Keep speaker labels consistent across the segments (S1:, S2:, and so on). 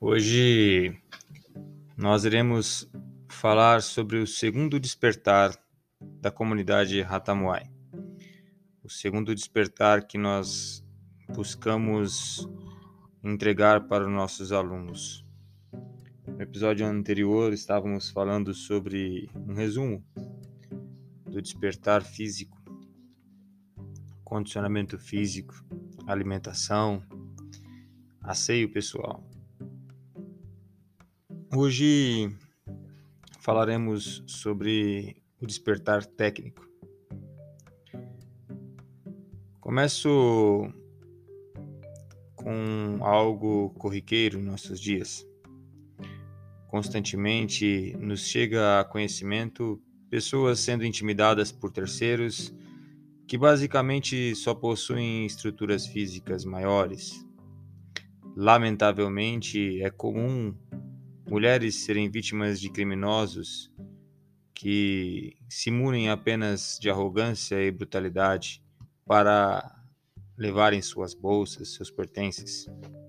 S1: Hoje nós iremos falar sobre o segundo despertar da comunidade Ratamuai. O segundo despertar que nós buscamos entregar para os nossos alunos. No episódio anterior estávamos falando sobre um resumo do despertar físico, condicionamento físico, alimentação, asseio pessoal. Hoje falaremos sobre o despertar técnico. Começo com algo corriqueiro em nossos dias. Constantemente nos chega a conhecimento pessoas sendo intimidadas por terceiros que basicamente só possuem estruturas físicas maiores. Lamentavelmente, é comum mulheres serem vítimas de criminosos que se munem apenas de arrogância e brutalidade para levarem suas bolsas, seus pertences.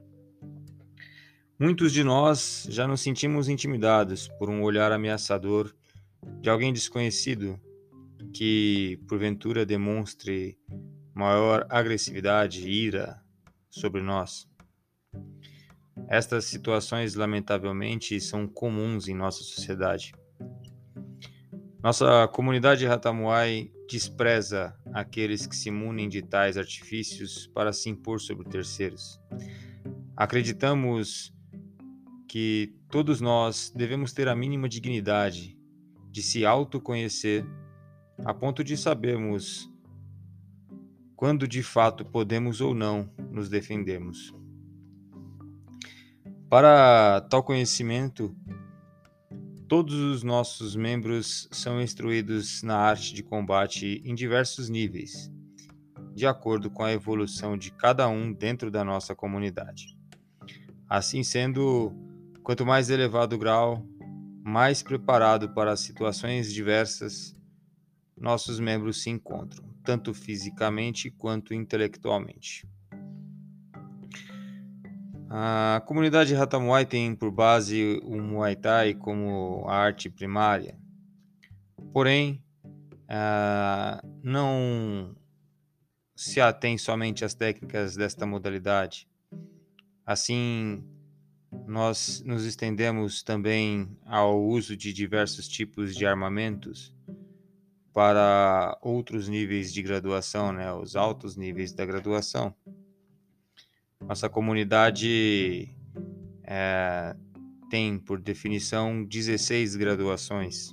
S1: Muitos de nós já nos sentimos intimidados por um olhar ameaçador de alguém desconhecido que, porventura, demonstre maior agressividade e ira sobre nós. Estas situações, lamentavelmente, são comuns em nossa sociedade. Nossa comunidade Ratamuai despreza aqueles que se munem de tais artifícios para se impor sobre terceiros. Acreditamos que todos nós devemos ter a mínima dignidade de se autoconhecer a ponto de sabermos quando de fato podemos ou não nos defendermos. Para tal conhecimento, todos os nossos membros são instruídos na arte de combate em diversos níveis, de acordo com a evolução de cada um dentro da nossa comunidade. Assim sendo, quanto mais elevado o grau, mais preparado para as situações diversas nossos membros se encontram, tanto fisicamente quanto intelectualmente. A comunidade Ratamuai tem por base o Muay Thai como a arte primária, porém, não se atém somente às técnicas desta modalidade. Assim, nós nos estendemos também ao uso de diversos tipos de armamentos para outros níveis de graduação, os altos níveis da graduação. Nossa comunidade tem, por definição, 16 graduações,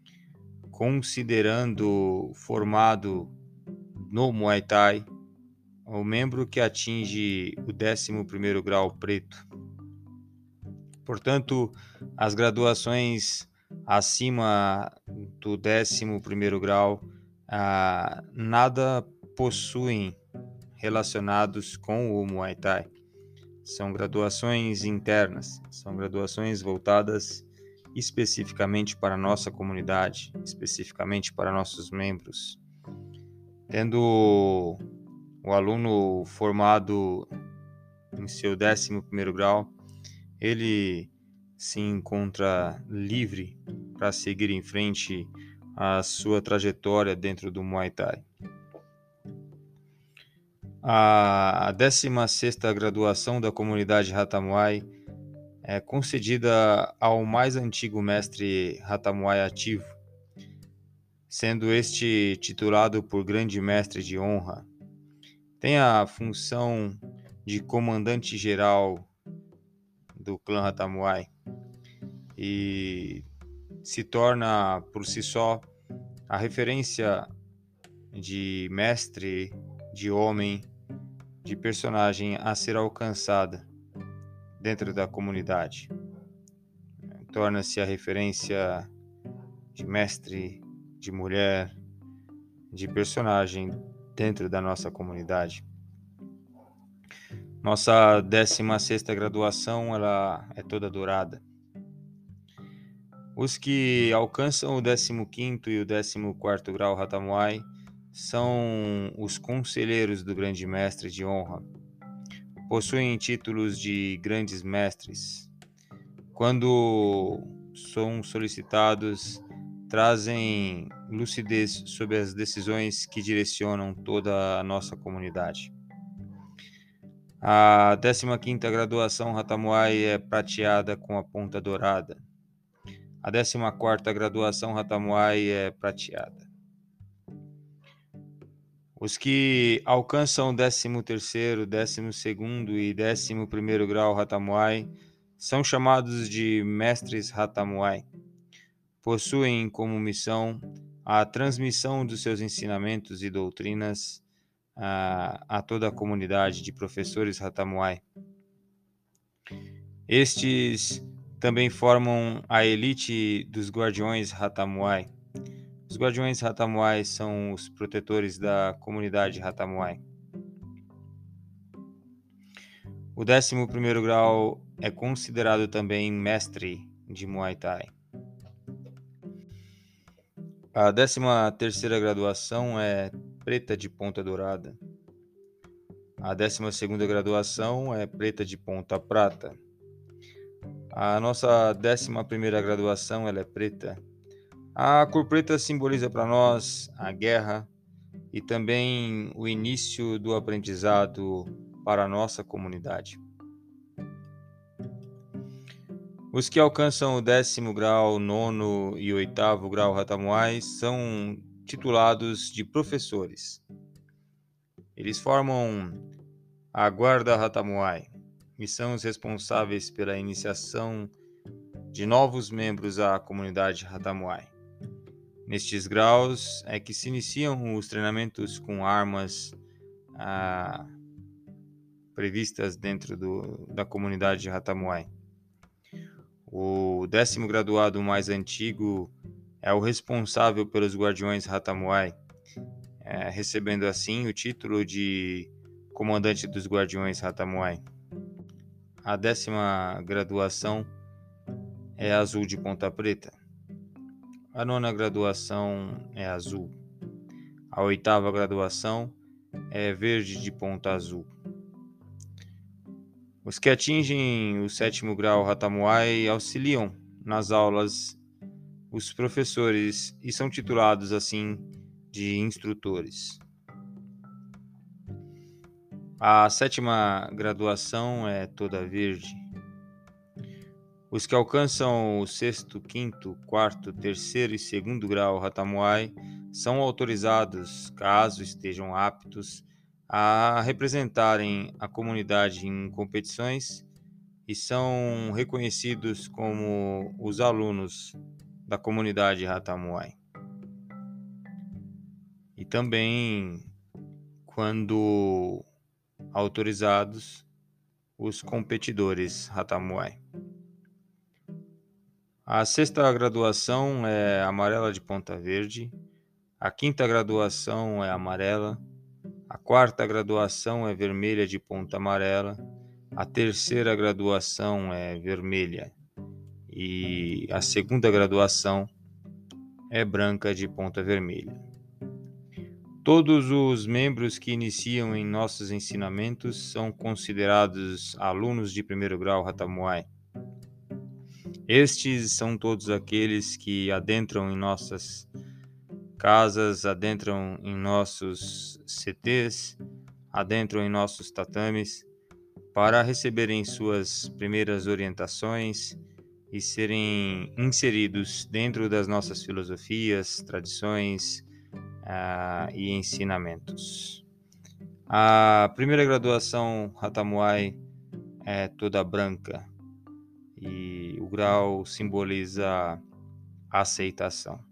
S1: considerando formado no Muay Thai o membro que atinge o 11º grau preto. Portanto, as graduações acima do 11º grau nada possuem relacionados com o Muay Thai. São graduações internas, são graduações voltadas especificamente para a nossa comunidade, especificamente para nossos membros. Tendo o aluno formado em seu 11º grau, ele se encontra livre para seguir em frente a sua trajetória dentro do Muay Thai. A 16ª graduação da comunidade Ratamuai é concedida ao mais antigo mestre Ratamuai ativo, sendo este titulado por grande mestre de honra. Tem a função de comandante-geral do clã Ratamuai e se torna por si só a referência de mestre, de homem, de personagem a ser alcançada dentro da comunidade. Torna-se a referência de mestre, de mulher, de personagem dentro da nossa comunidade. Nossa 16ª graduação ela é toda dourada. Os que alcançam o 15º e o 14º grau Ratamuai são os conselheiros do grande mestre de honra. Possuem títulos de grandes mestres, quando são solicitados, trazem lucidez sobre as decisões que direcionam toda a nossa comunidade. A 15ª graduação Ratamuai é prateada com a ponta dourada. A 14ª graduação Ratamuai é prateada. Os que alcançam o 13º, 12º e 11º grau Ratamuai são chamados de mestres Ratamuai. Possuem como missão a transmissão dos seus ensinamentos e doutrinas a toda a comunidade de professores Ratamuai. Estes também formam a elite dos guardiões Ratamuai. Os guardiões Ratamuai são os protetores da comunidade Ratamuai. O 11º grau é considerado também mestre de Muay Thai. A 13ª graduação é preta de ponta dourada. A 12ª graduação é preta de ponta prata. A nossa 11ª graduação ela é preta. A cor preta simboliza para nós a guerra e também o início do aprendizado para a nossa comunidade. Os que alcançam o 10º grau, 9º e 8º grau Ratamuai são titulados de professores. Eles formam a guarda Ratamuai e são os responsáveis pela iniciação de novos membros à comunidade Ratamuai. Nestes graus é que se iniciam os treinamentos com armas previstas dentro da comunidade Ratamuai. O 10º graduado mais antigo é o responsável pelos guardiões Ratamuai, recebendo assim o título de comandante dos guardiões Ratamuai. A 10ª graduação é azul de ponta preta. A 9ª graduação é azul. A 8ª graduação é verde de ponta azul. Os que atingem o 7º grau Ratamuai auxiliam nas aulas os professores e são titulados assim de instrutores. A 7ª graduação é toda verde. Os que alcançam o 6º, 5º, 4º, 3º e 2º grau Ratamuai são autorizados, caso estejam aptos, a representarem a comunidade em competições e são reconhecidos como os alunos da comunidade Ratamuai. E também, quando autorizados, os competidores Ratamuai. A 6ª graduação é amarela de ponta verde, a 5ª graduação é amarela, a 4ª graduação é vermelha de ponta amarela, a 3ª graduação é vermelha e a 2ª graduação é branca de ponta vermelha. Todos os membros que iniciam em nossos ensinamentos são considerados alunos de 1º grau Ratamuai. Estes são todos aqueles que adentram em nossas casas, adentram em nossos CTs, adentram em nossos tatames, para receberem suas primeiras orientações e serem inseridos dentro das nossas filosofias, tradições e ensinamentos. A 1ª graduação Ratamuai é toda branca e o grau simboliza a aceitação.